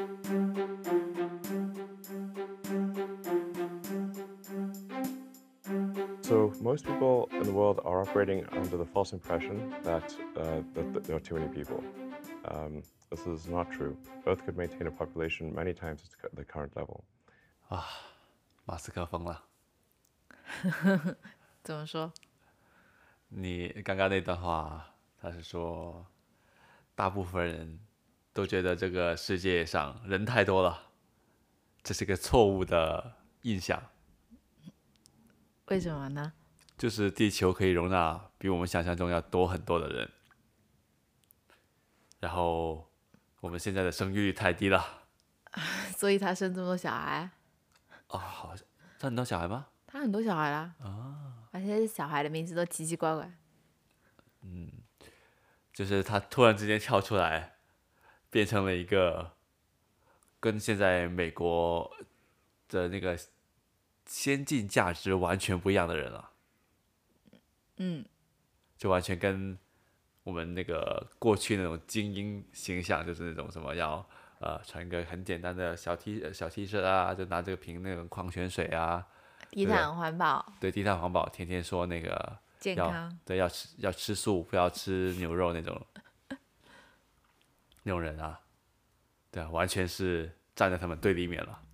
So most people in the world are operating under the false impression that there are too many people. This is not true. Earth could maintain a population many times the current level. 马斯克疯了。 怎么说？ 你刚刚那段话，他是说，大部分人都觉得这个世界上人太多了，这是个错误的印象。 为什么呢？ 就是地球可以容纳比我们想象中要多很多的人，然后我们现在的生育率太低了。 所以他生这么多小孩？ 好像他很多小孩吗？ 他很多小孩啦。而且小孩的名字都奇奇怪怪。 就是他突然之间跳出来，变成了一个跟现在美国的那个先进价值完全不一样的人了。就完全跟我们那个过去那种精英形象，就是那种什么要穿一个很简单的小 T 恤啊，就拿这个瓶那种矿泉水啊， 低碳环保， 对，低碳环保，天天说那个健康， 对，要吃素，不要吃牛肉那种人啊，对啊，完全是站在他们对立面了。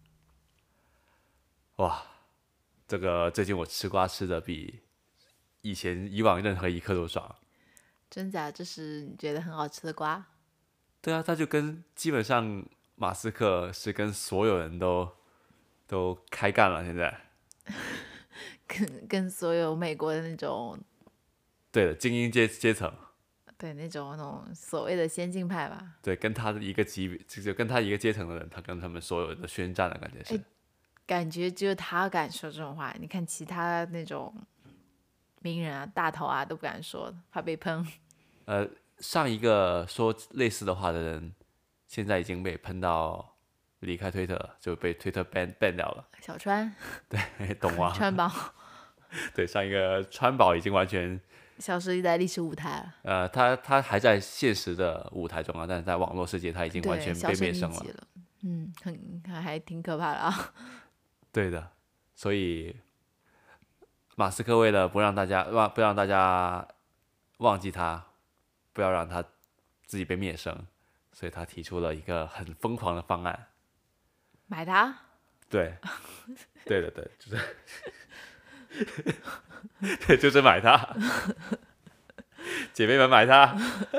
哇，这个最近我吃瓜吃的比以往任何一刻都爽。 真假？这是你觉得很好吃的瓜？ 对啊，他就跟基本上马斯克是跟所有人都开干了，现在跟所有美国的那种对的精英阶层， 对那种所谓的先进派吧， 对，跟他的一个级别，就跟他一个阶层的人，他跟他们所有的宣战的感觉是。 感觉只有他敢说这种话，你看其他那种名人啊、大头啊都不敢说，怕被喷。 上一个说类似的话的人，现在已经被喷到离开推特了，就被推特 ban 掉了。 小川， 对，懂吗？ 川宝， 对，上一个川宝已经完全消失在历史舞台了。 他还在现实的舞台中啊，但是在网络世界他已经完全被灭声了。 还挺可怕的啊。 对的，所以马斯克为了不让大家忘记他，不要让他自己被灭声，所以他提出了一个很疯狂的方案。 买它？ 对，对，就是对，就是买它，姐妹们买它。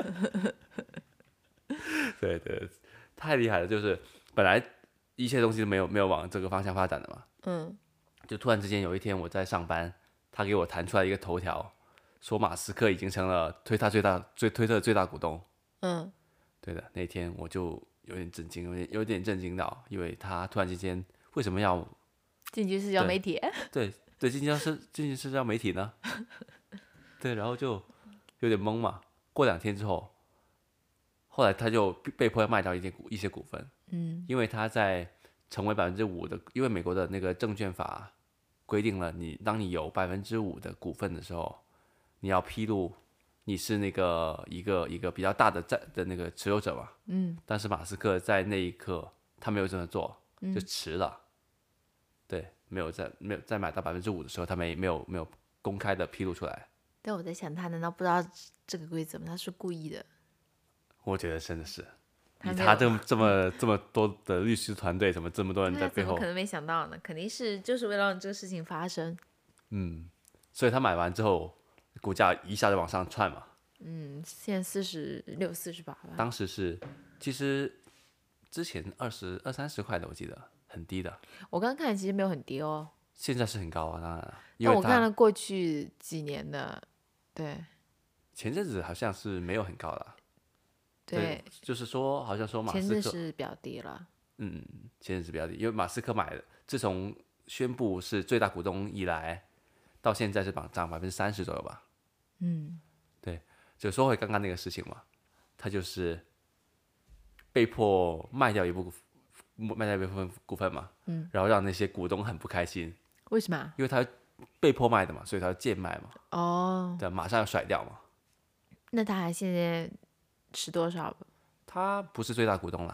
对，太厉害了，就是本来一切东西都没有往这个方向发展的嘛。就突然之间有一天我在上班，他给我弹出来一个头条，说马斯克已经成了推特最大股东。对的，那天我就有点震惊，有点震惊到，因为他突然之间为什么要进军社交媒体？ 对，进军社交媒体呢？对，然后就有点懵嘛。过2天之后，后来他就被迫要卖掉一些股份。因为他在成为5%的，因为美国的那个证券法规定了，当你有5%的股份的时候，你要披露你是那个一个比较大的那个持有者嘛。但是马斯克在那一刻他没有这么做，就迟了。对，没有在买到5%的时候，他没有公开的披露出来。 但我在想，他难道不知道这个规则吗？他是故意的。 我觉得真的是。以他这么多的律师团队，怎么这么多人在背后？ 怎么可能没想到呢？肯定是就是为了让这个事情发生。 所以他买完之后，股价一下就往上窜嘛。 现在46、48吧。 当时是，其实之前20、30块的，我记得很低的。 我刚看其实没有很低哦。 现在是很高啊，当然了。 但我看了过去几年的，对。 前阵子好像是没有很高的。 对， 就是说，好像说马斯克前阵是比较低了。 前阵是比较低，因为马斯克买的，自从宣布是最大股东以来，到现在是涨30%左右吧。对，就说回刚刚那个事情嘛，他就是被迫卖掉一部分股份嘛，然后让那些股东很不开心。 为什么？ 因为他被迫卖的嘛，所以他要贱卖嘛。对，马上要甩掉嘛。 那他还现在持多少？ 他不是最大股东了。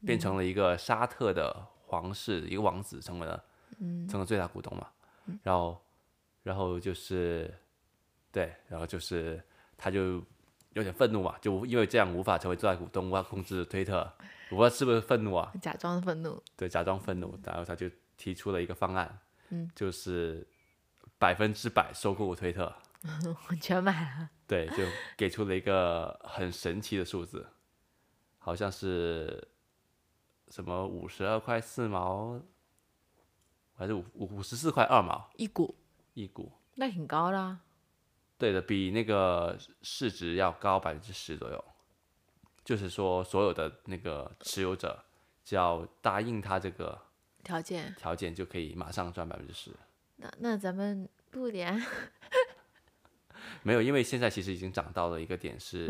变成了一个沙特的皇室，一个王子成了最大股东嘛。然后就是对，然后就是他就有点愤怒嘛，就因为这样无法成为最大股东，无法控制推特，我不知道是不是愤怒啊？ 假装愤怒。 对，假装愤怒，然后他就提出了一个方案，就是100%收购推特。 我全买了。 对，就给出了一个很神奇的数字，好像是什么52.4块，还是54.2块一股。 那挺高的啊。 对的，比那个市值要高10%左右。就是说，所有的那个持有者只要答应他这个条件就可以马上赚10%。 那咱们录点。 没有，因为现在其实已经涨到了一个点是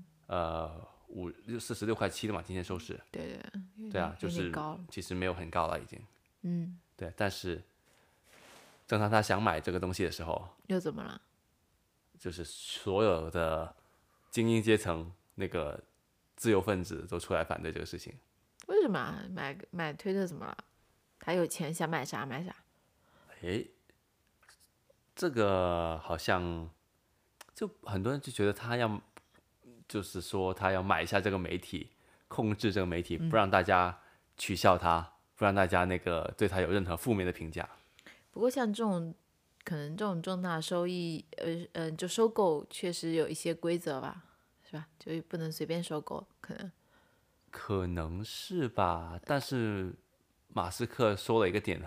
46.7了嘛，今天收市。对啊，就是其实没有很高了已经。对，但是正当他想买这个东西的时候， 又怎么了？ 就是所有的精英阶层那个自由分子都出来反对这个事情。 为什么啊？买推特怎么了？他有钱想买啥买啥。 诶，这个好像就很多人就觉得就是说他要买一下这个媒体，控制这个媒体，不让大家取笑他，不让大家那个对他有任何负面的评价。 不过像可能这种重大收益，就收购确实有一些规则吧，是吧？就不能随便收购， 可能是吧。但是马斯克说了一个点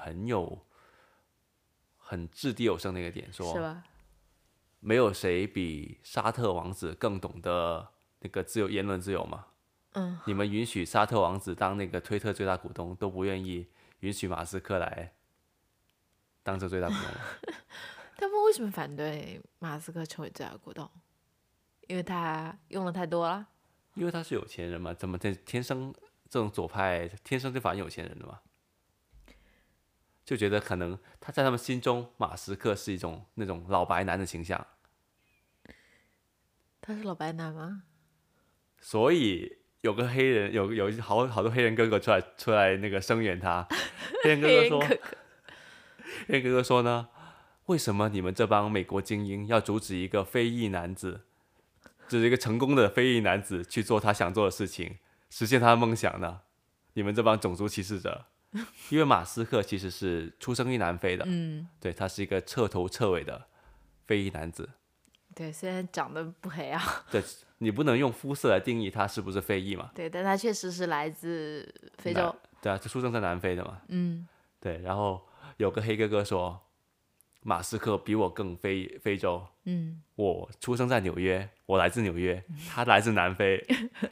很掷地有声的一个点，说是吧？ 没有谁比沙特王子更懂得那个言论自由嘛。你们允许沙特王子当那个推特最大股东，都不愿意允许马斯克来当这最大股东。 他们为什么反对马斯克成为最大股东？因为他用的太多了。 因为他是有钱人嘛，怎么天生这种左派天生就反有钱人的嘛？就觉得可能他在他们心中，马斯克是一种那种老白男的形象。 他是老白男吗？ 所以有个黑人，有好多黑人哥哥出来那个声援他。黑人哥哥说呢，为什么你们这帮美国精英要阻止一个非裔男子，就是一个成功的非裔男子去做他想做的事情，实现他的梦想呢？你们这帮种族歧视者。因为马斯克其实是出生于南非的，对，他是一个彻头彻尾的非裔男子。 对，虽然长得不黑啊。 对，你不能用肤色来定义他是不是非裔嘛。 对，但他确实是来自非洲。 对啊，就出生在南非的嘛。对，然后有个黑哥哥说，马斯克比我更非洲。我出生在纽约，我来自纽约，他来自南非。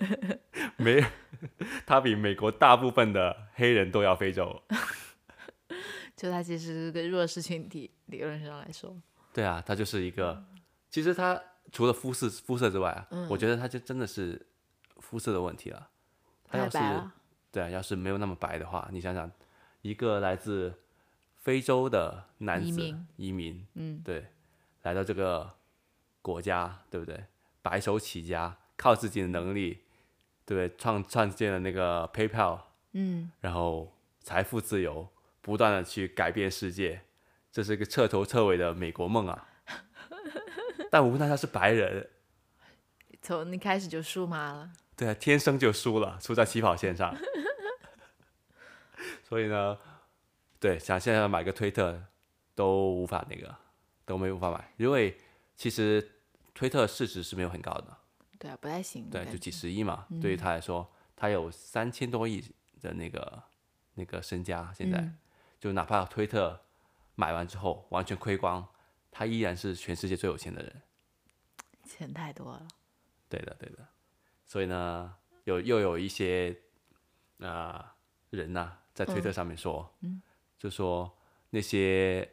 他比美国大部分的黑人都要非洲。 就他其实是个弱势群体，理论上来说。 对啊，他就是一个，其实他除了肤色之外啊，我觉得他就真的是肤色的问题了。他要是对啊，要是没有那么白的话，你想想，一个来自非洲的男子移民，对，来到这个国家，对不对？白手起家，靠自己的能力，对不对？创建了那个 PayPal，然后财富自由，不断的去改变世界，这是一个彻头彻尾的美国梦啊！但无奈他是白人， 从一开始就输麻了。 对啊，天生就输了，输在起跑线上。所以呢，对，想现在买个推特都无法都没无法买，因为其实推特市值是没有很高的。 对啊，不太行。 对，就几十亿嘛，对于他来说，他有3000多亿的那个身家，现在就哪怕推特买完之后完全亏光，他依然是全世界最有钱的人。 钱太多了。 对的。所以呢，又有一些人呐、在推特上面说，就说那些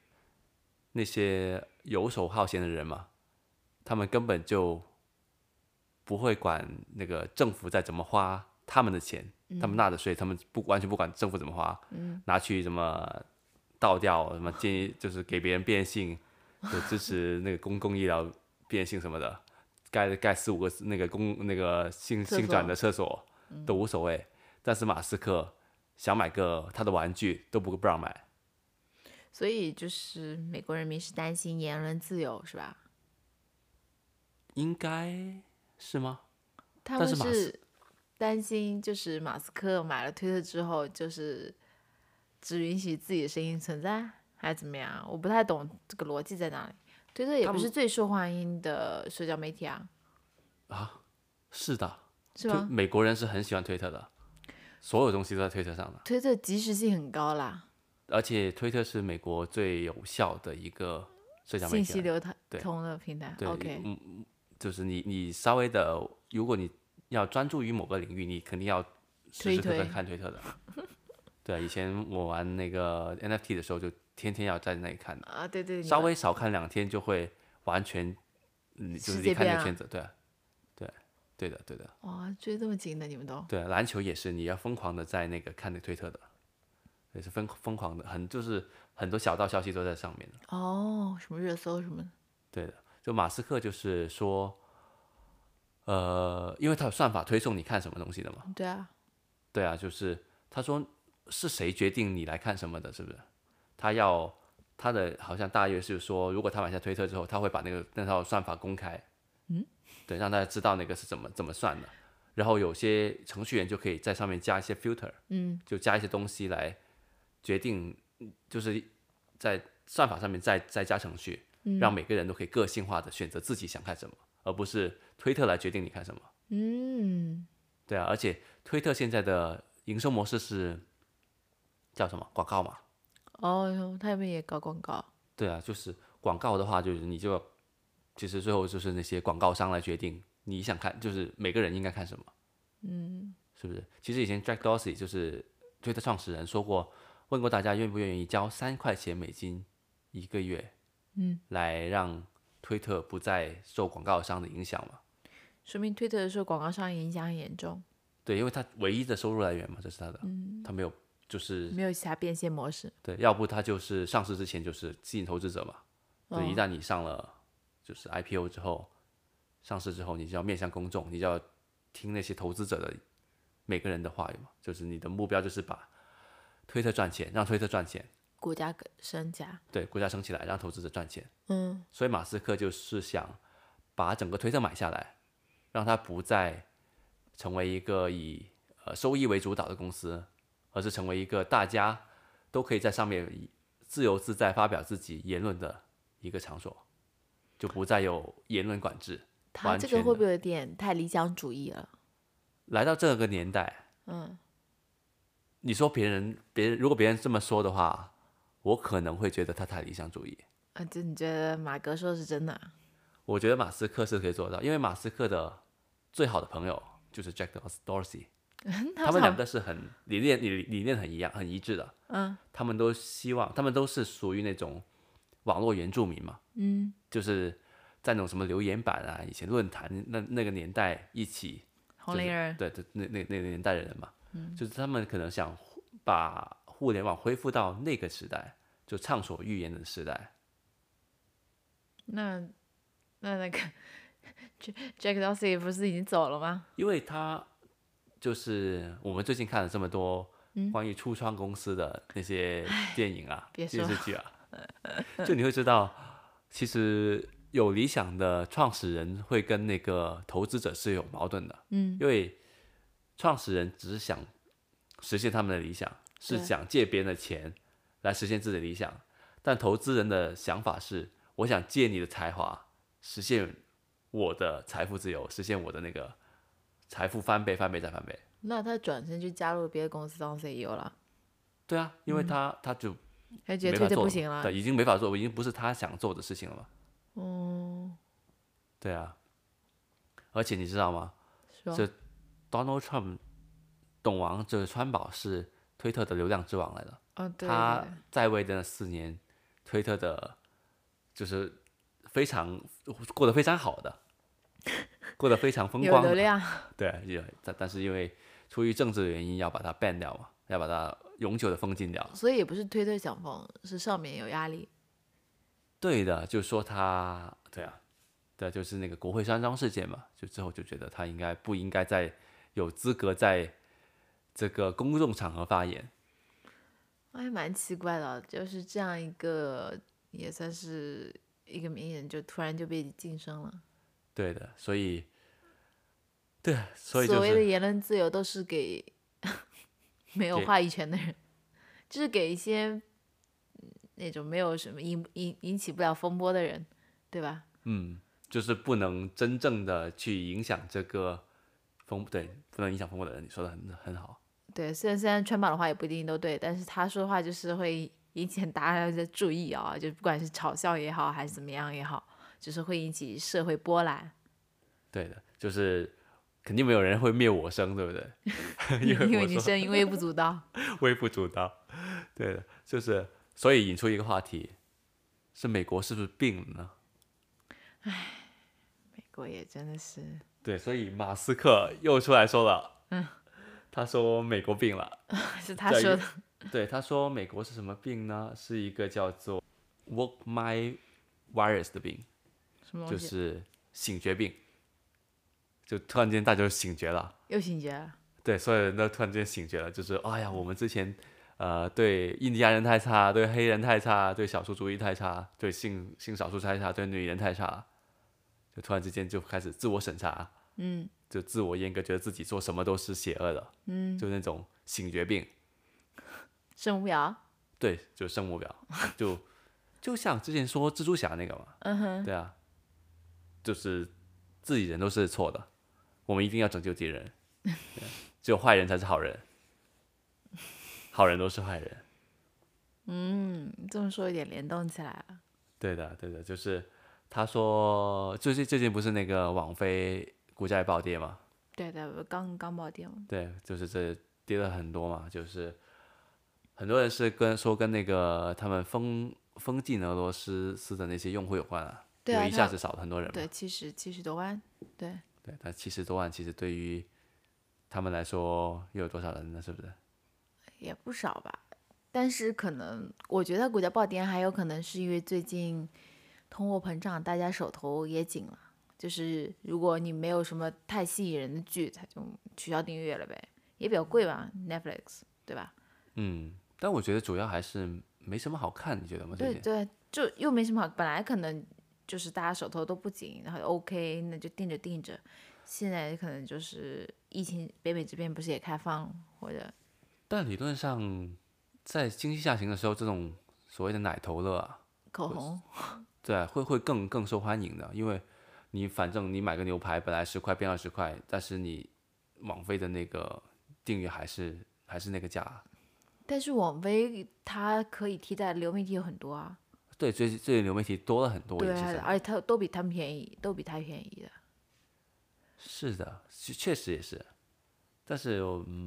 游手好闲的人嘛，他们根本就不会管那个政府在怎么花他们的钱，他们纳的税，他们完全不管政府怎么花，拿去什么倒掉，什么建议就是给别人变性，就支持那个公共医疗变性什么的，盖4-5个那个性转的厕所都无所谓， 但是马斯克想买个他的玩具都不让买。 所以就是美国人民是担心言论自由是吧？ 应该是吗？ 他们但是是担心就是马斯克买了推特之后，就是只允许自己的声音存在，还是怎么样？我不太懂这个逻辑在哪里。推特也不是最受欢迎的社交媒体啊。 是的， 是吗？ 美国人是很喜欢推特的，所有东西都在推特上的。 推特及时性很高啦， 而且推特是美国最有效的一个社交媒体， 信息流对通的平台。 对 OK， 就是你稍微的，如果你要专注于某个领域，你肯定要时时刻刻看推特的。对，以前我玩那个 NFT 的时候，就天天要在那里看的。 啊，对对， 稍微少看2天就会完全，就是离开那个圈子。对，对的。 哇，追这么紧的你们都？ 对，篮球也是，你要疯狂的在那个看那推特的，也是疯狂的，就是很多小道消息都在上面的。 哦，什么热搜什么的。 对的，就马斯克就是说，因为他有算法推送你看什么东西的嘛。 对啊， 对啊，就是他说是谁决定你来看什么的，是不是？他的好像大约是说，如果他买下推特之后，他会把那套算法公开，对，让大家知道那个是怎么算的。然后有些程序员就可以在上面加一些 filter，就加一些东西来决定，就是在算法上面再加程序，让每个人都可以个性化的选择自己想看什么，而不是推特来决定你看什么。对啊，而且推特现在的营收模式是叫什么？广告嘛。 哦，他们也搞广告。 对啊，就是广告的话，就是其实最后就是那些广告商来决定你想看，就是每个人应该看什么，是不是？其实以前 Jack Dorsey 就是推特创始人说过，问过大家愿不愿意交$3一个月，来让推特不再受广告商的影响嘛。 说明推特受广告商影响很严重。 对，因为他唯一的收入来源嘛，这是他的，他没有就是没有其他变现模式。 对，要不他就是上市之前就是吸引投资者嘛。对，一旦你上了就是 IPO 之后，上市之后，你就要面向公众，你就要听那些投资者的每个人的话语嘛。就是你的目标就是把推特赚钱，让推特赚钱， 国家升价。 对，国家升起来，让投资者赚钱。所以马斯克就是想把整个推特买下来，让它不再成为一个以收益为主导的公司，而是成为一个大家都可以在上面自由自在发表自己言论的一个场所，就不再有言论管制。 他这个会不会有点太理想主义了？ 来到这个年代，你说别人如果别人这么说的话，我可能会觉得他太理想主义。 就你觉得马哥说的是真的？ 我觉得马斯克是可以做到，因为马斯克的最好的朋友就是 Jack Dorsey，他们两个是很理念很一致的。他们都是属于那种网络原住民嘛，就是在那种什么留言板啊，以前论坛那个年代一起， 红领人， 对，那个年代的人嘛，就是他们可能想把互联网恢复到那个时代，就畅所欲言的时代。 那个 Jack Dorsey 不是已经走了吗？ 因为他就是我们最近看了这么多关于初创公司的那些电影啊、电视剧啊，就你会知道，其实有理想的创始人会跟那个投资者是有矛盾的。因为创始人只是想实现他们的理想，是想借别人的钱来实现自己的理想，但投资人的想法是，我想借你的才华，实现我的财富自由，实现我的那个财富翻倍、翻倍再翻倍。 那他转身就加入别的公司当 CEO 了。 对啊，因为他就他觉得推特不行了， 对，已经没法做，已经不是他想做的事情了嘛。对啊，而且你知道吗？这 Donald Trump 董王就是川宝是推特的流量之王来的。 对， 他在位的那4年，推特的就是过得非常好的，过得非常风光的， 有流量。 对，但是因为出于政治的原因，要把它 ban 掉嘛，要把它永久的封禁掉。 所以也不是推特想封，是上面有压力。 对的，就说他，对，就是那个国会山庄事件嘛，就之后就觉得他不应该再有资格再这个公众场合发言。 还蛮奇怪的，就是这样一个也算是一个名人，就突然就被晋升了。 对的，所以就所谓的是言论自由都是给没有话语权的人，就是给一些那种没有什么引起不了风波的人，对吧？ 就是不能真正的去影响这个对，不能影响风波的人，你说的很好。 对，虽然川宝的话也不一定都对，但是他说的话就是会引起很大家的注意啊，就不管是嘲笑也好，还是怎么样也好，就是会引起社会波澜。 对的，就是肯定没有人会灭我声，对不对？ 因为你我说声音微不足道。 微不足道。对的，就是所以引出一个话题，是美国是不是病了呢？ 美国也真的是， 对，所以马斯克又出来说了，他说美国病了， 是他说的。 对，他说美国是什么病呢？是一个叫做 Woke My Virus 的病， 什么东西？ 就是醒觉病，就突然间大家就醒觉了。 又醒觉了。 对，所有人都突然间醒觉了，就是哎呀，我们之前对印第安人太差，对黑人太差，对少数族裔太差，对性少数太差，对女人太差，就突然之间就开始自我审查，就自我阉割，觉得自己做什么都是邪恶的，就那种醒觉病。 圣母婊。 对，就圣母婊，就像之前说蜘蛛侠那个嘛，对啊，就是自己人都是错的，我们一定要拯救敌人，只有坏人才是好人，好人都是坏人。 这么说有点联动起来了。 对的，对的，就是他说，最近不是那个网飞股价也暴跌嘛？ 对的，刚爆跌嘛。 对，就是这跌了很多嘛，就是很多人是跟那个他们封禁俄罗斯的那些用户有关啊， 对啊， 就一下子少了很多人嘛。 对，70多万。对， 但70多万其实对于他们来说又有多少人呢？是不是？ 也不少吧。但是可能我觉得股价暴跌还有可能是因为最近通货膨胀，大家手头也紧了。就是如果你没有什么太吸引人的剧，他就取消订阅了呗，也比较贵吧，Netflix， 对吧？ 但我觉得主要还是没什么好看，你觉得吗？ 对对，就又没什么好，本来可能就是大家手头都不紧，然后 OK， 那就定着。现在可能就是疫情，北美这边不是也开放了，或者但理论上，在经济下行的时候，这种所谓的奶头乐啊， 口红。 对啊，会更受欢迎的，因为你反正你买个牛排本来10块变20块，但是你网飞的那个订阅还是那个价。 但是网飞它可以替代的流媒体有很多啊。 对，最近流媒体多了很多， 对也是啊，而且它都比他们便宜，都比它便宜的。 是的，确实也是。但是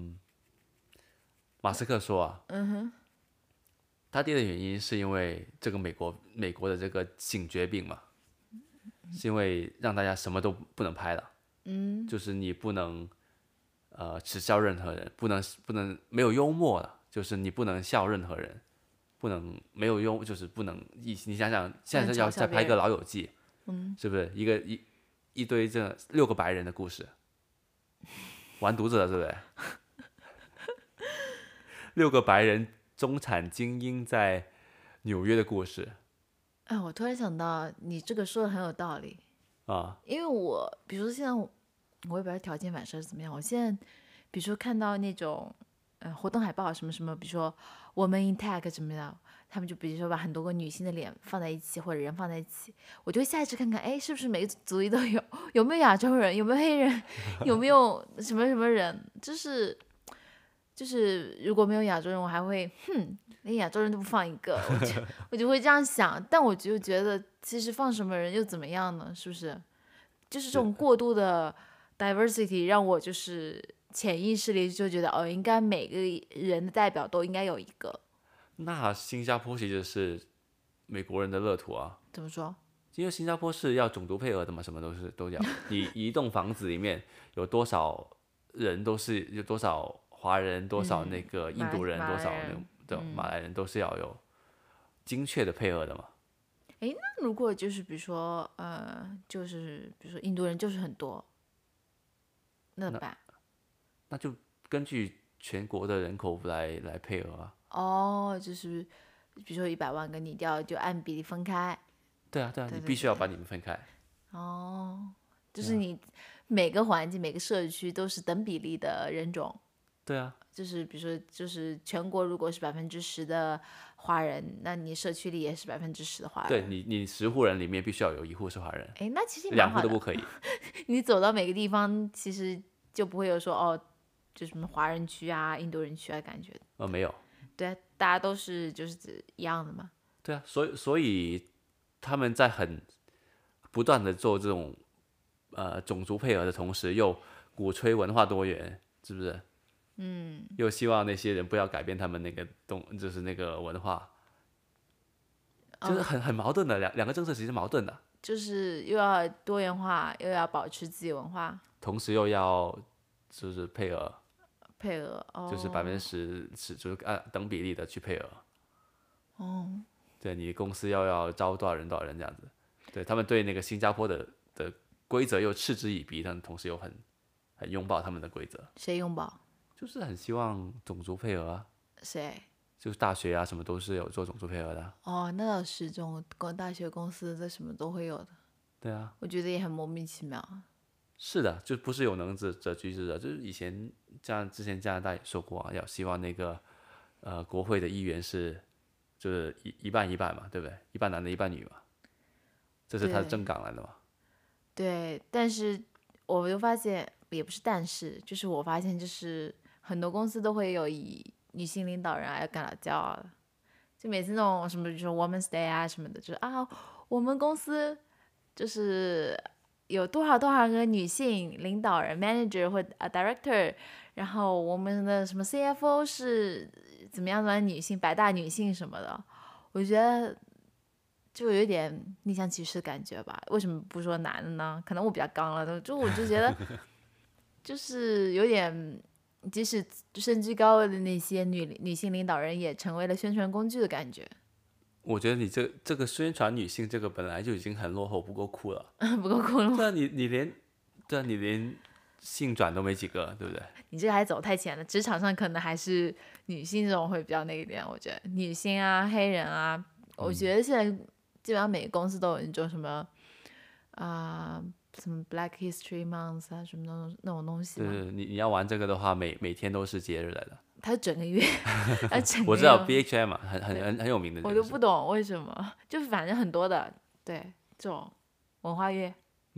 马斯克说啊，他跌的原因是因为这个美国的这个醒觉病嘛，是因为让大家什么都不能拍了，就是你不能耻笑任何人，不能没有幽默了，就是你不能笑任何人，不能没有幽，就是不能你想想，现在要再拍一个老友记，是不是一堆这6个白人的故事，完犊子了，是不是？6个白人中产精英在纽约的故事哎，我突然想到，你这个说的很有道理啊， 因为我比如说现在我也不知道条件反射是怎么样，我现在比如说看到那种活动海报什么什么，比如说我们 Intag 什么的，他们就比如说把很多个女性的脸放在一起或者人放在一起，我就会下意识看看，哎，是不是每个族裔都有没有亚洲人，有没有黑人，有没有什么什么人，就是如果没有亚洲人，我还会连亚洲人都不放一个，我就会这样想，但我就觉得其实放什么人又怎么样呢？是不是？就是这种过度的 diversity 让我就是潜意识里就觉得应该每个人的代表都应该有一个。 那新加坡其实是美国人的乐土啊。 怎么说？ 因为新加坡是要种族配额的嘛，什么都要。你一栋房子里面有多少人有多少华人，多少那个印度人，多少马来人，都是要有精确的配额的嘛。 哎，那如果就是比如说就是比如说印度人就是很多，那怎么办？ 那就根据全国的人口来配额啊。 哦，就是比如说100万个你调，就按比例分开。 对啊， 对你必须要把你们分开。 哦，就是你每个环境、每个社区都是等比例的人种。 对啊， 就是比如说，就是全国如果是10%的华人，那你社区里也是10%的华人。 对你10户人里面必须要有1户是华人。 哎，那其实 2 蛮好的。 户都不可以。 你走到每个地方，其实就不会有说哦，就什么华人区啊、印度人区啊感觉。 没有。 对啊，大家都是就是一样的嘛。 对啊，所以他们在很不断的做这种种族配合的同时，又鼓吹文化多元，是不是？又希望那些人不要改变他们那个就是那个文化，就是很矛盾的两个政策其实矛盾的， 就是又要多元化，又要保持自己文化， 同时又要就是配额， 哦， 就是10%就是按等比例的去配额。 哦， 对，你公司要招多少人这样子。对，他们对那个新加坡的规则又嗤之以鼻，但同时又很拥抱他们的规则。 谁拥抱？ 就是很希望种族配额啊。 谁？ 就是大学啊，什么都是有做种族配额的啊。 哦，那倒是，这种大学公司的什么都会有的。 对啊， 我觉得也很莫名其妙。 是的，就不是有能者居之的。就是以前之前加拿大也说过啊，要希望那个国会的议员是就是一半一半嘛，对不对？一半男的，一半女嘛，这是他的政纲来的嘛。 对，但是我就发现，也不是但是，就是我发现，就是很多公司都会有以女性领导人来感到骄傲的，就每次那种什么，比如说 Women's Day 啊什么的，就是啊，我们公司就是有多少多少个女性领导人 manager 或director，然后我们的什么 CFO 是怎么样的女性百大女性什么的，我觉得就有点逆向歧视的感觉吧。为什么不说男的呢？可能我比较刚了，就我就觉得就是有点，即使身居高位的那些女性领导人也成为了宣传工具的感觉。 我觉得你这个宣传女性这个本来就已经很落后，不够酷了。 不够酷了吗？ 对啊，你连性转都没几个，对不对？ 你这个还走太前了。职场上可能还是女性这种会比较那一点，我觉得女性啊、黑人啊，我觉得现在基本上每个公司都有那种什么什么 Black History Month 啊，什么那种东西嘛。 就是你要玩这个的话，每天都是节日来的。 它整个月，它整个月我知道 BHM 嘛，很有名的。 我都不懂为什么，就是反正很多的，对这种文化月。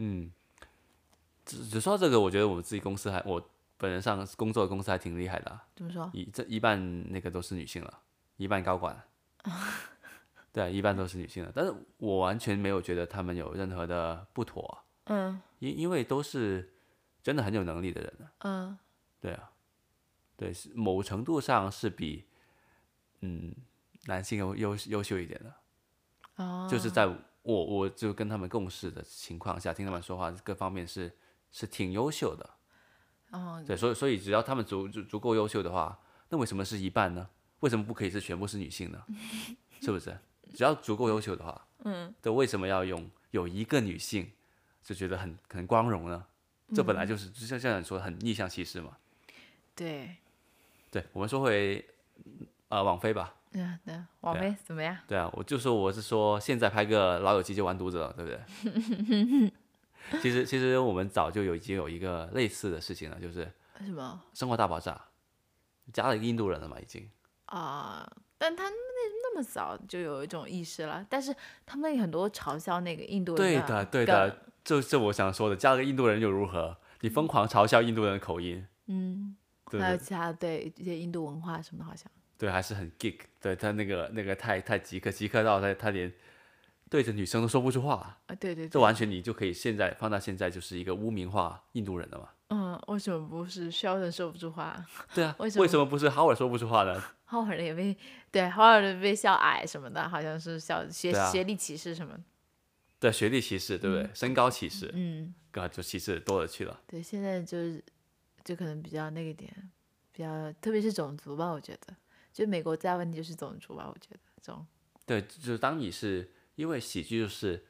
只说到这个，我觉得我们自己公司我本人上工作的公司还挺厉害的啊。 怎么说？ 一半那个都是女性了，一半高管。对，一半都是女性的，但是我完全没有觉得他们有任何的不妥啊。因为都是真的很有能力的人。对啊，对，某程度上是比男性优秀一点的。就是在我就跟他们共事的情况下，听他们说话，各方面是挺优秀的。对，所以只要他们足够优秀的话，那为什么是一半呢？为什么不可以是全部是女性呢？是不是？只要足够优秀的话，对，为什么要有一个女性就觉得很光荣呢？这本来就是就像你说很逆向歧视嘛。 对， 我们说回网飞吧。 对，网飞怎么样？ 对啊，我是说现在拍个老友记就完犊子了，对不对？其实我们早就已经有一个类似的事情了，就是什么生活大爆炸加了一个印度人了嘛，已经。 但他那么早就有一种意识了，但是他们有很多嘲笑那个印度人对的，这我想说的，加了个印度人又如何？你疯狂嘲笑印度人的口音，对， 还有其他对一些印度文化什么的，好像对，还是很 geek， 对他那个太极客到他连对着女生都说不出话对， 这完全你就可以放到现在就是一个污名化印度人了嘛。 为什么不是Sheldon说不出话？ 对啊， 为什么不是 Howard 说不出话呢 ？Howard 也Howard 被笑矮什么的，好像是笑学历歧视什么。 对，学历歧视，对不对？身高歧视，就歧视多了去了。 对，现在就可能比较那个点，比较特别是种族吧，我觉得，就美国最大问题就是种族吧，我觉得这种。 对，就是当你是因为喜剧就是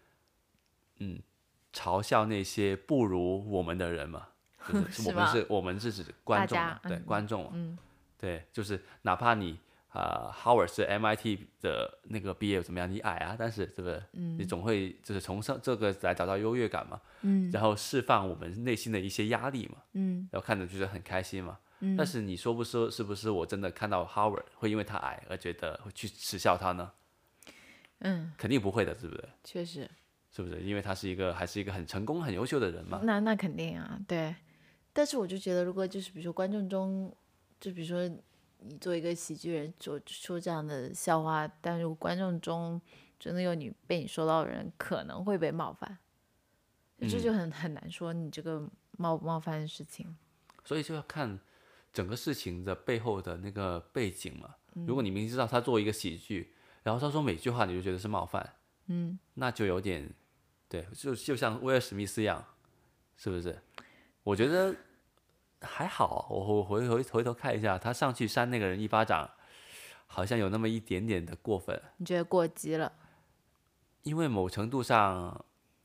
嘲笑那些不如我们的人嘛，就是我们是指观众嘛，对，观众嘛。 对，就是哪怕你Howard 是 MIT 的那个毕业怎么样，你矮啊，但是对不对？你总会就是从这个来找到优越感嘛，然后释放我们内心的一些压力嘛，然后看着就是很开心嘛。但是你说是不是我真的看到 Howard 会因为他矮而觉得会去耻笑他呢？肯定不会的，是不是？ 确实， 是不是？因为他还是一个很成功、很优秀的人嘛。 那肯定啊，对。但是我就觉得，如果就是比如说观众中，就比如说你做一个喜剧人说这样的笑话，但如果观众中真的有被你说到的人，可能会被冒犯，这就很难说你这个冒不冒犯的事情。 所以就要看整个事情的背后的那个背景嘛。如果你明知道他做一个喜剧，然后他说每句话你就觉得是冒犯，那就有点对，就像威尔史密斯一样，是不是？我觉得还好，我回头看一下，他上去扇那个人一巴掌，好像有那么一点点的过分。 你觉得过激了？ 因为某程度上，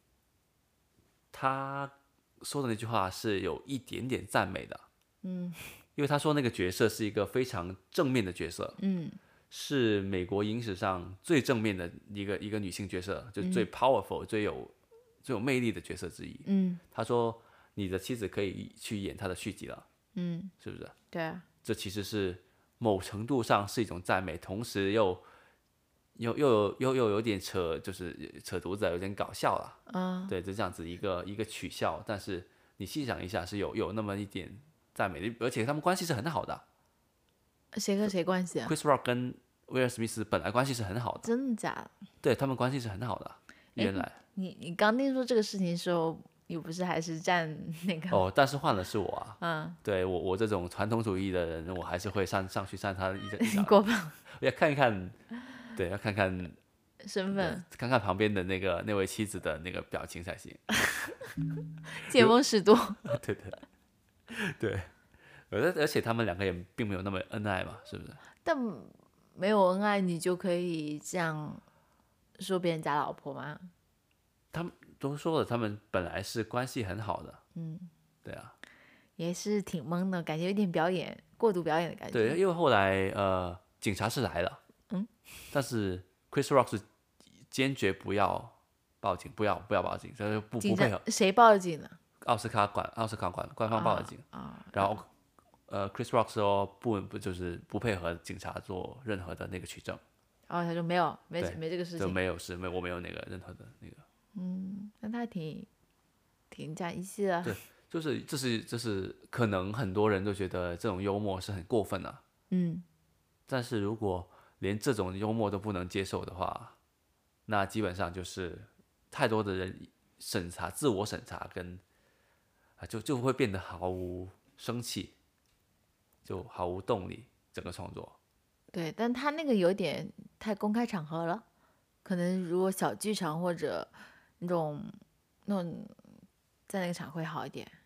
他说的那句话是有一点点赞美的。因为他说那个角色是一个非常正面的角色，是美国影史上最正面的一个女性角色，就最 powerful、最有魅力的角色之一。他说你的妻子可以去演他的续集了，是不是？ 对啊， 这其实是某程度上是一种赞美，同时又有点就是扯犊子，有点搞笑了。对，就这样子一个取笑，但是你细想一下，是有那么一点赞美的，而且他们关系是很好的。 谁和谁关系啊 ？Chris Rock 跟威尔史密斯本来关系是很好的， 真的假的？ 对，他们关系是很好的。原来你刚听说这个事情的时候，你不是还是站那个？ 但是换了是我啊。对我这种传统主义的人，我还是会上去扇他一掌。 过分。 要看一看，对，要看看身份， 看看旁边的那位妻子的那个表情才行。 见风使舵。 对，而且他们两个也并没有那么恩爱嘛，是不是？ 但没有恩爱，你就可以这样说别人家老婆吗？ 他们都说了，他们本来是关系很好的。对啊， 也是挺懵的，感觉有点过度表演的感觉。 对，因为后来警察是来了，但是 Chris Rock 是坚决不要报警，不要报警，就是不配合。 谁报警呢？ 奥斯卡官方报了警然后Chris Rock 说不就是不配合警察做任何的那个取证。 他说没这个事情， 就没有我没有那个任何的那个。 那他挺讲义气的。 对，就是这是可能很多人都觉得这种幽默是很过分的。但是如果连这种幽默都不能接受的话，那基本上就是太多的人自我审查跟就会变得毫无生气，就毫无动力，整个创作。 对，但他那个有点太公开场合了，可能如果小剧场或者那种在那个场会好一点。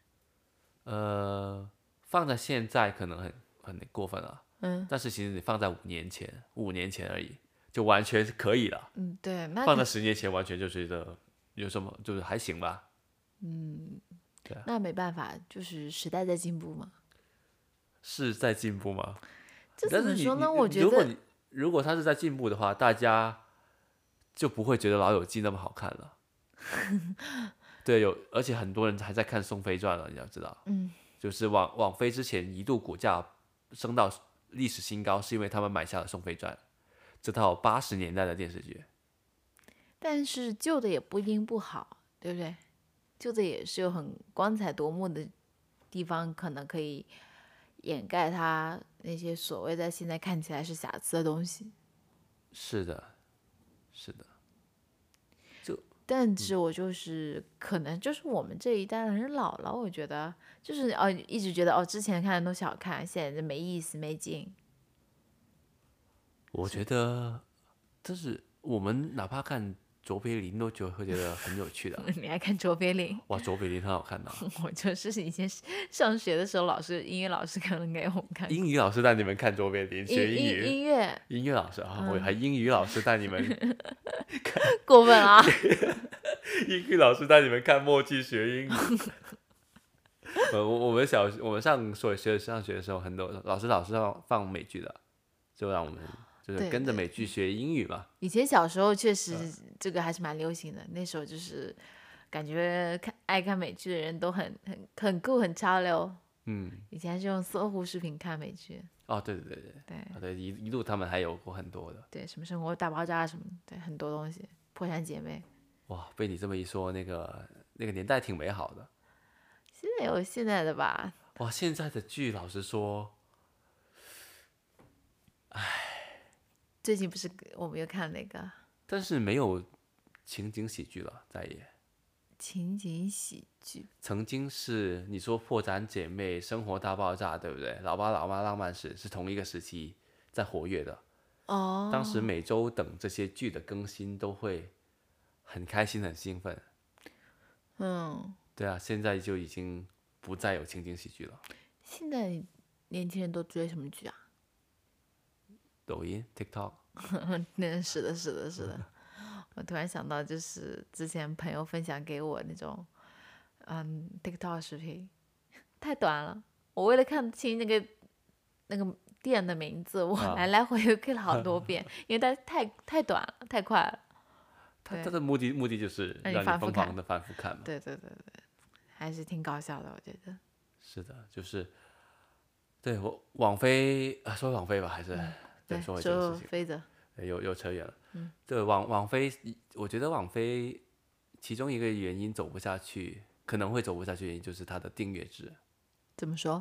放在现在可能很过分了。但是其实你放在5年前而已，就完全是可以了。 对， 放在10年前完全就觉得有什么就是还行吧。对啊， 那没办法，就是时代在进步嘛。 是在进步吗？ 这怎么说呢？我觉得如果他是在进步的话，大家就不会觉得《老友记》那么好看了。对，而且很多人还在看《宋飞传》了，你要知道。就是网飞之前一度股价升到历史新高，是因为他们买下了《宋飞传》这套80年代的电视剧。 但是旧的也不一定不好，对不对？旧的也是有很光彩夺目的地方，可能可以掩盖它那些所谓在现在看起来是瑕疵的东西。 是的。 但是我就是可能就是我们这一代的人老了，我觉得就是一直觉得之前看的东西好看，现在就没意思没劲。 我觉得就是我们哪怕看卓别林都会觉得很有趣的。 你还看卓别林？ 哇，卓别林很好看的。 我就是以前上学的时候，音乐老师可能给我们看。 英语老师带你们看卓别林学英语。音乐老师我还英语老师带你们看。 过分啊！ 英语老师带你们看默契学英语。 我们上学的时候，很多老师放美剧的，就让我们就是跟着美剧学英语嘛。 以前小时候确实这个还是蛮流行的，那时候就是感觉爱看美剧的人都很酷很潮流。以前是用搜狐视频看美剧。 哦，对，一路他们还有过很多的。 对，什么生活大爆炸什么，对，很多东西，破产姐妹。 哇，被你这么一说，那个年代挺美好的。 现在有现在的吧？ 哇，现在的剧，老实说， 最近不是我们又看那个但是没有情景喜剧了，再也。 情景喜剧， 曾经是你说破产姐妹、生活大爆炸，对不对？老爸老妈浪漫史是同一个时期在活跃的。 哦， 当时每周等这些剧的更新都会很开心、很兴奋。对啊，现在就已经不再有情景喜剧了。 现在年轻人都追什么剧啊？ 抖音、TikTok。 那是的。我突然想到，就是之前朋友分享给我那种TikTok 视频，太短了。我为了看清那个店的名字，我来回又看了好多遍，因为它太短了，太快了。 它的目的就是让你疯狂的反复看嘛。 对，还是挺搞笑的，我觉得。 是的，就是对网飞说网飞吧，还是对， 说回这个事情。 飞着。 又扯远了。对，网飞，我觉得网飞其中一个原因走不下去，可能会走不下去的原因就是它的订阅制。 怎么说？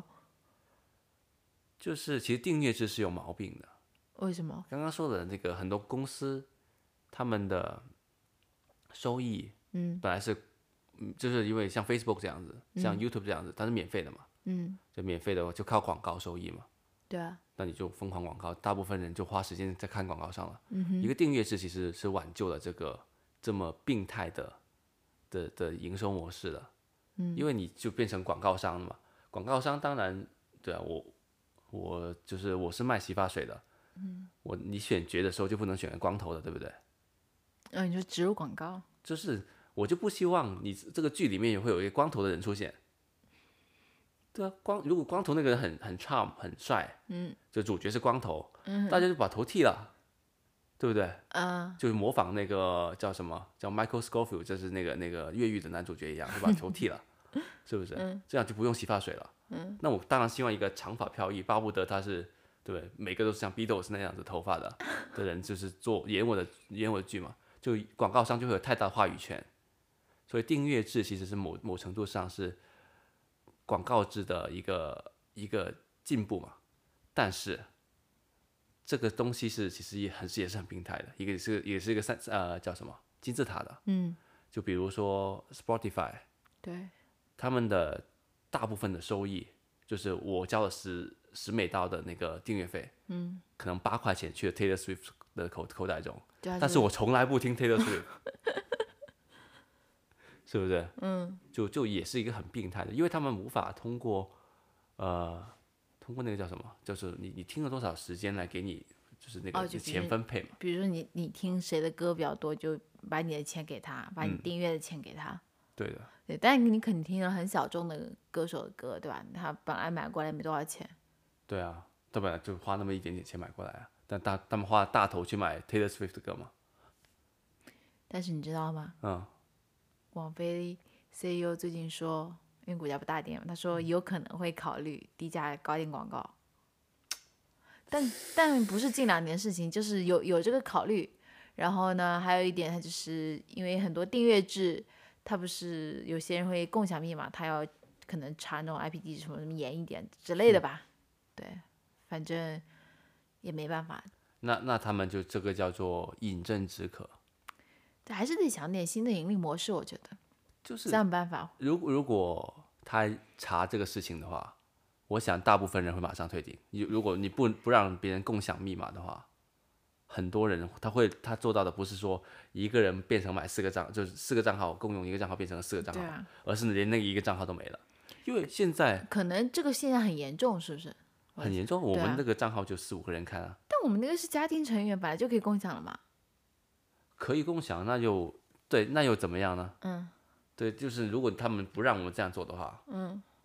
就是其实订阅制是有毛病的。 为什么？ 刚刚说的那个很多公司，他们的收益，本来是，就是因为像 Facebook 这样子，像 YouTube 这样子，它是免费的嘛，就免费的就靠广告收益嘛。对啊。那你就疯狂广告，大部分人就花时间在看广告上了。一个订阅制其实是挽救了这个这么病态的营收模式的。因为你就变成广告商了嘛。广告商当然，对啊，我是卖洗发水的，你选角的时候就不能选个光头的，对不对？ 你就植入广告。 就是我就不希望你这个剧里面也会有一个光头的人出现。对啊，如果光头那个人很 charm 很帅，就主角是光头，大家就把头剃了，对不对？就模仿那个叫什么叫 Michael Scofield， 就是那个越狱的男主角一样，就把头剃了，是不是？这样就不用洗发水了。那我当然希望一个长发飘逸，巴不得他是对不对？每个都是像 Beatles 那样子头发的人，就是演我的剧嘛，就广告商就会有太大话语权，所以订阅制其实是某程度上是广告制的一个进步嘛，但是这个东西其实也是很病态的，也是一个叫什么金字塔的，就比如说 Spotify， 对，他们的大部分的收益就是我交了$10的那个订阅费，可能8块钱去了 Taylor Swift 的口袋中，但是我从来不听 Taylor Swift。是不是？就也是一个很病态的，因为他们无法通过那个叫什么，就是你听了多少时间来给你，就是那个钱分配嘛。 比如说你听谁的歌比较多，就把你的钱给他，把你订阅的钱给他。 对的。 对，但你肯定听了很小众的歌手的歌，对吧？他本来买过来没多少钱。对啊，他本来就花那么一点点钱买过来啊，但他们花大头去买 Taylor Swift 的歌嘛。 但是你知道吗？网飞 CEO 最近说，因为股价不大跌嘛，他说有可能会考虑低价搞点广告，但不是近2年的事情，就是有这个考虑。然后呢，还有一点，他就是因为很多订阅制，他不是有些人会共享密码，他要可能查那种 IP 地址什么严一点之类的吧。对，反正也没办法。 那他们就这个叫做饮鸩止渴。 还是得想点新的盈利模式，我觉得就是想办法。 如果他查这个事情的话，我想大部分人会马上退订。如果你不让别人共享密码的话，很多人他做到的不是说一个人变成买4个账，就是4个账号共用一个账号变成了4个账号，而是连那一个账号都没了。因为现在可能这个现象很严重，是不是？ 很严重，我们那个账号就4-5个人看啊。 但我们那个是家庭成员，本来就可以共享了嘛。 可以共享，那又怎么样呢？对，就是如果他们不让我们这样做的话，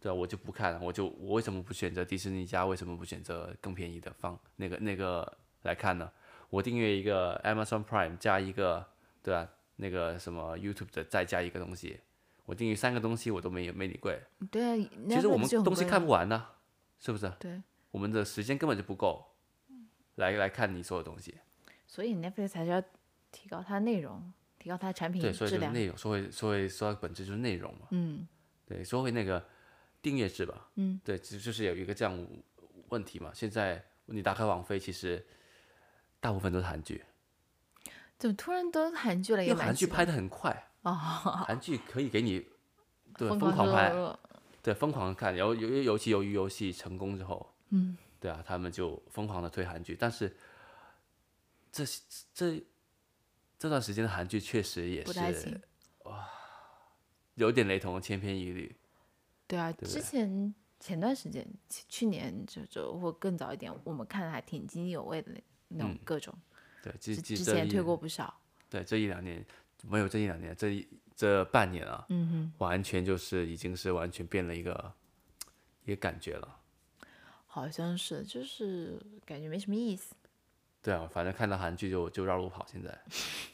对啊，我就不看了，我为什么不选择迪士尼家？为什么不选择更便宜的放那个来看呢？我订阅一个 Amazon Prime 加一个，对啊，那个什么 YouTube 的再加一个东西，我订阅3个东西我都没你贵。 对啊， 其实我们 Netflix 就很东西贵啊看不完呢，是不是？ 对， 我们的时间根本就不够来看你所有东西。 所以 Netflix 还是要提高它的内容，提高它的产品对，所以质量。 就是内容，说到本质就是内容嘛。对，说回那个订阅制吧。对，就是有一个这样问题嘛。现在你打开网飞，其实大部分都是韩剧， 怎么突然都韩剧了？ 因为也蛮奇怪韩剧拍的很快，韩剧可以给你对疯疯狂拍， 说对疯狂地看，然后尤其由于游戏成功之后，对啊，他们就疯狂的推韩剧，但是这这这段时间的韩剧确实也是不太行。 有点雷同，千篇一律。 对啊， 对不对前段时间，去年就或更早一点，我们看的还挺津津有味的那种各种， 对， 之前推过不少。 对，这1-2年没有这1-2年，这半年啊，完全就是已经是完全变了一个感觉了。 好像是，就是感觉没什么意思。 对啊，反正看到韩剧就绕路跑。现在，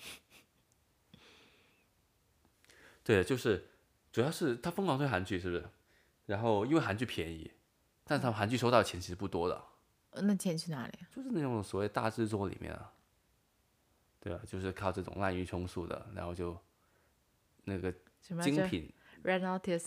对，就是主要是他疯狂推韩剧，是不是？然后因为韩剧便宜，但是他们韩剧收到的钱其实不多的， 那钱去哪里？ 就是那种所谓大制作里面啊，对啊，就是靠这种滥竽充数的，然后就那个什么精品 Red Notice？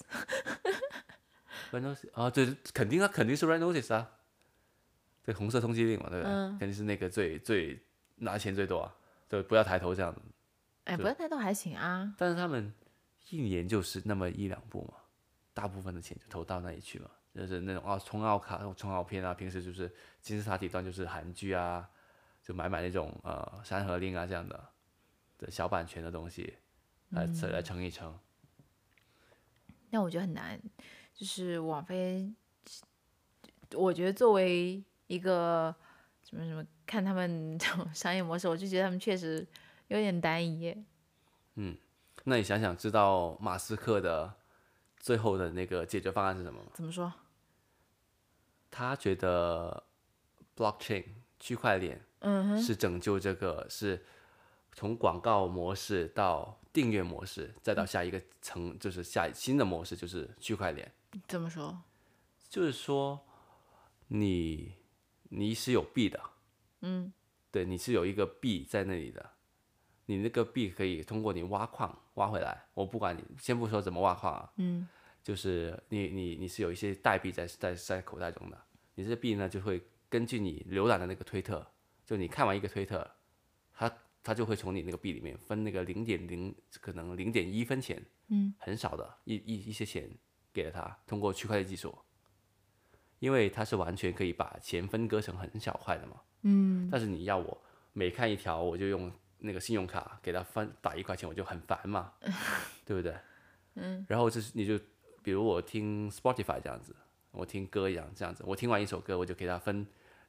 Red Notice 啊，对，肯定是 Red Notice 啊，对，红色通缉令嘛，对不对？肯定是那个最拿钱最多啊，对，不要抬头这样的。 哎，不要抬头还行啊。 但是他们一年就是那么1-2部嘛，大部分的钱就投到那里去嘛，就是那种冲奥卡、冲奥片啊，平时就是金字塔底端就是韩剧啊，就买那种山河令啊这样的小版权的东西来撑一撑。 但我觉得很难，就是网飞，我觉得作为一个什么看他们这种商业模式，我就觉得他们确实有点单一耶。 那你想想，知道马斯克的最后的那个解决方案是什么吗？ 怎么说？ 他觉得 blockchain 区块链是拯救这个，是从广告模式到订阅模式，再到下一个就是新的模式，就是区块链。 怎么说？ 就是说你是有币的，对，你是有一个币在那里的，你那个币可以通过你挖矿挖回来。我不管你，先不说怎么挖矿啊，就是你是有一些代币在口袋中的，你这币呢就会根据你浏览的那个推特，就你看完一个推特，它就会从你那个币里面分那个0.0，可能0.1分钱，很少的一些钱给了它，通过区块链技术，因为它是完全可以把钱分割成很小块的嘛，但是你要我每看一条我就用那个信用卡给它打1块钱，我就很烦嘛，对不对？然后你就比如我听 Spotify 这样子，我听歌一样这样子，我听完一首歌我就给它分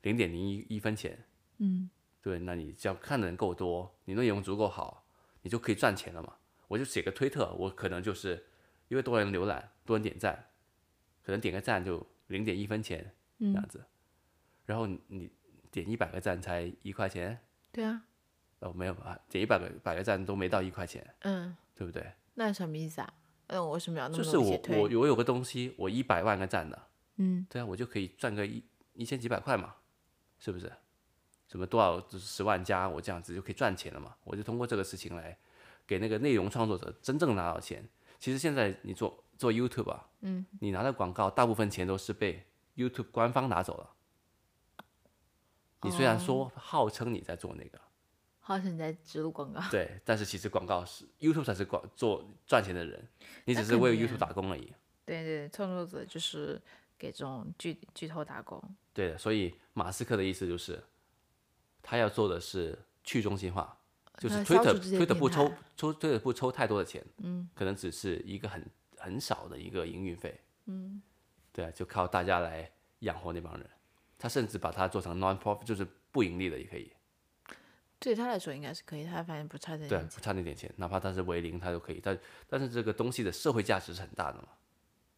0.01分钱，对，那你只要看的人够多，你内容足够好，你就可以赚钱了嘛。我就写个推特，我可能就是因为多人浏览，多人点赞，可能点个赞就0.1分钱这样子，然后你点100个赞才1块钱， 对啊， 没有吧？点100个赞都没到1块钱，对不对？ 那什么意思啊？我为什么要那么就是多推？ 我有个东西，我100万个赞的，对啊，我就可以赚个一千几百块嘛，是不是？什么多少10万加，我这样子就可以赚钱了嘛？我就通过这个事情来给那个内容创作者真正拿到钱。其实现在你做 YouTube 啊，你拿的广告大部分钱都是被 YouTube 官方拿走了。你虽然说号称你在做那个， 好像你在植入广告。 对，但是其实广告是 YouTube 才是做赚钱的人，你只是为 YouTube 打工而已。 对对，创作者就是给这种巨头打工。 对的，所以马斯克的意思就是，他要做的是去中心化，就是推特不抽太多的钱，可能只是一个很少的一个营运费，对啊，就靠大家来养活那帮人。他甚至把它做成 non-profit， 就是不盈利的也可以。 对他来说应该是可以，他反正不差这点钱。 对，不差那点钱，哪怕他是为0，他都可以。但是这个东西的社会价值是很大的嘛。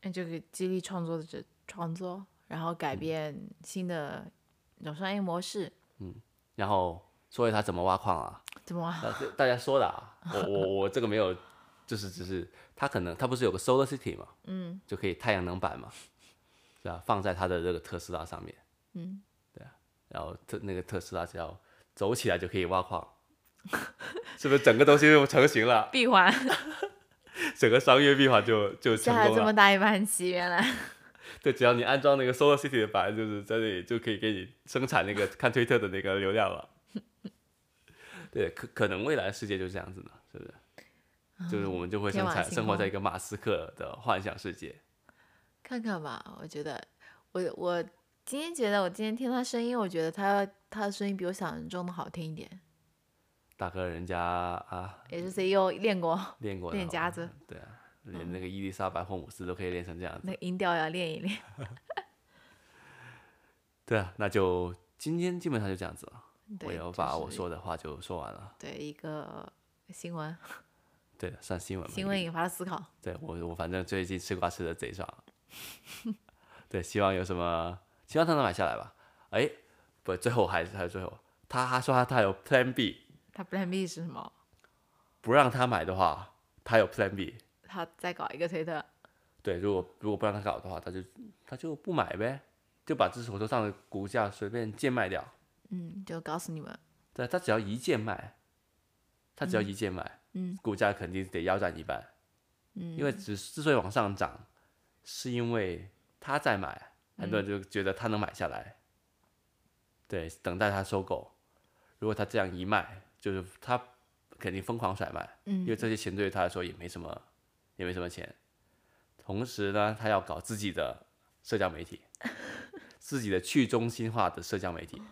那就给激励创作者创作，然后改变新的那种商业模式。 然后所以他怎么挖矿啊？ 怎么大家说的啊，我这个没有，就是只是他可能他不是有个 Solar City 嘛，就可以太阳能板嘛，是吧？放在他的这个特斯拉上面，对啊，然后那个特斯拉只要走起来就可以挖矿，是不是整个东西就成型了？ 闭环？ 整个商业闭环就成下了这么功了。 大一盘棋，原来。 对，只要你安装那个 Solar City 的板，就是在这里就可以给你生产那个看推特的那个流量了。对，可能未来世界就是这样子的，是不是？就是我们就会生活在一个马斯克的幻想世界。 看看吧，我觉得我今天觉得我今天听他声音，我觉得他的声音比我想象中的好听一点。 大哥，人家啊， 也是 CEO 练过的练家子。 对啊，连那个伊丽莎白·霍姆斯都可以练成这样子。 那个音调要练一练。 对啊，那就今天基本上就这样子了。 对， 我要把我说的话就说完了。 对，一个新闻。 对的，算新闻嘛。 新闻引发了思考。 对我反正最近吃瓜吃的贼爽。对，希望他能买下来吧。哎，不，最后还有最后，他说他有 Plan B。 他 Plan B 是什么？ 不让他买的话，他有 Plan B。 他再搞一个推特。对， 如果不让他搞的话，他就不买呗，就把手头上的股价随便贱卖掉。 就告诉你们。 对，他只要一贱卖，股价肯定得腰斩一半。因为之所以往上涨，是因为他在买，很多人就觉得他能买下来。对，等待他收购。如果他这样一卖，就是他肯定疯狂甩卖，因为这些钱对于他来说也没什么钱。同时呢，他要搞自己的社交媒体，自己的去中心化的社交媒体，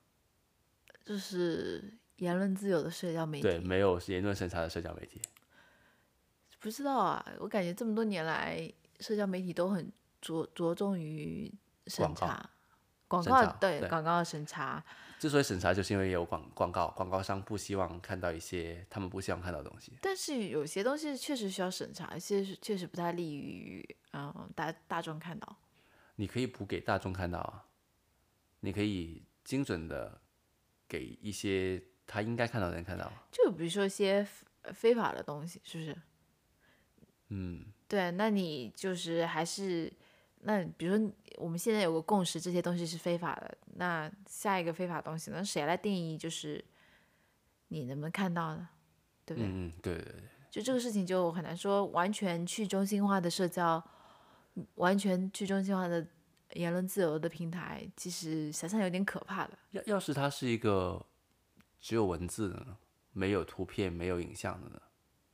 就是言论自由的社交媒体。 对，没有言论审查的社交媒体。 不知道啊，我感觉这么多年来，社交媒体都很着重于审查。广告对广告的审查。 之所以审查，就是因为有广告商不希望看到一些他们不希望看到的东西。 但是有些东西确实需要审查，有些确实不太利于大众看到。 你可以不给大众看到啊，你可以精准的给一些他应该看到的人看到。 就比如说一些非法的东西，是不是？对，那你就是还是。那比如说我们现在有个共识，这些东西是非法的，那下一个非法东西呢，谁来定义就是你能不能看到呢？对不对？ 对。 就这个事情就很难说完全去中心化的社交，完全去中心化的言论自由的平台，其实想象有点可怕的。 要是它是一个只有文字的呢，没有图片没有影像的呢？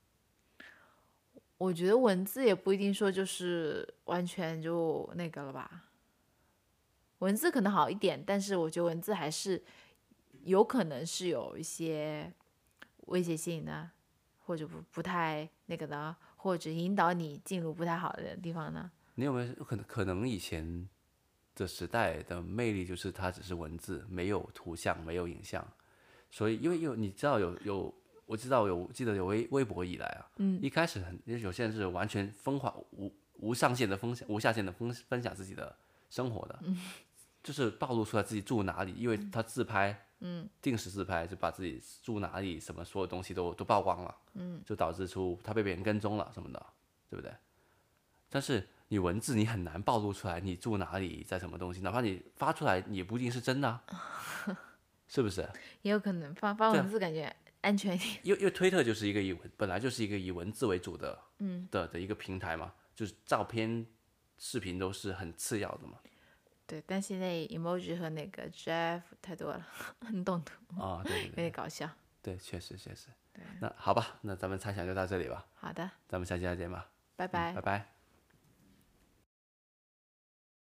我觉得文字也不一定说就是完全就那个了吧，文字可能好一点，但是我觉得文字还是有可能是有一些威胁性的，或者不太那个的，或者引导你进入不太好的地方呢。 你有没有可能以前的时代的魅力就是它只是文字，没有图像，没有影像，所以因为你知道我记得有微博以来啊，一开始有些人是完全疯狂无上限的无下限的分享自己的生活的，就是暴露出来自己住哪里，因为他自拍，定时自拍就把自己住哪里什么所有东西都曝光了，就导致出他被别人跟踪了什么的，对不对？但是你文字你很难暴露出来你住哪里在什么东西，哪怕你发出来也不一定是真的啊，是不是？ 也有可能发文字感觉安全一点。 因为推特就是一个本来就是一个以文字为主的，的一个平台嘛，就是照片、视频都是很次要的嘛。 对，但现在 emoji 和那个 GIF 太多了，很动图啊，对， 有点搞笑。 对，确实。那好吧，那咱们猜想就到这里吧。 好的， 咱们下期再见吧。 拜拜。 拜拜。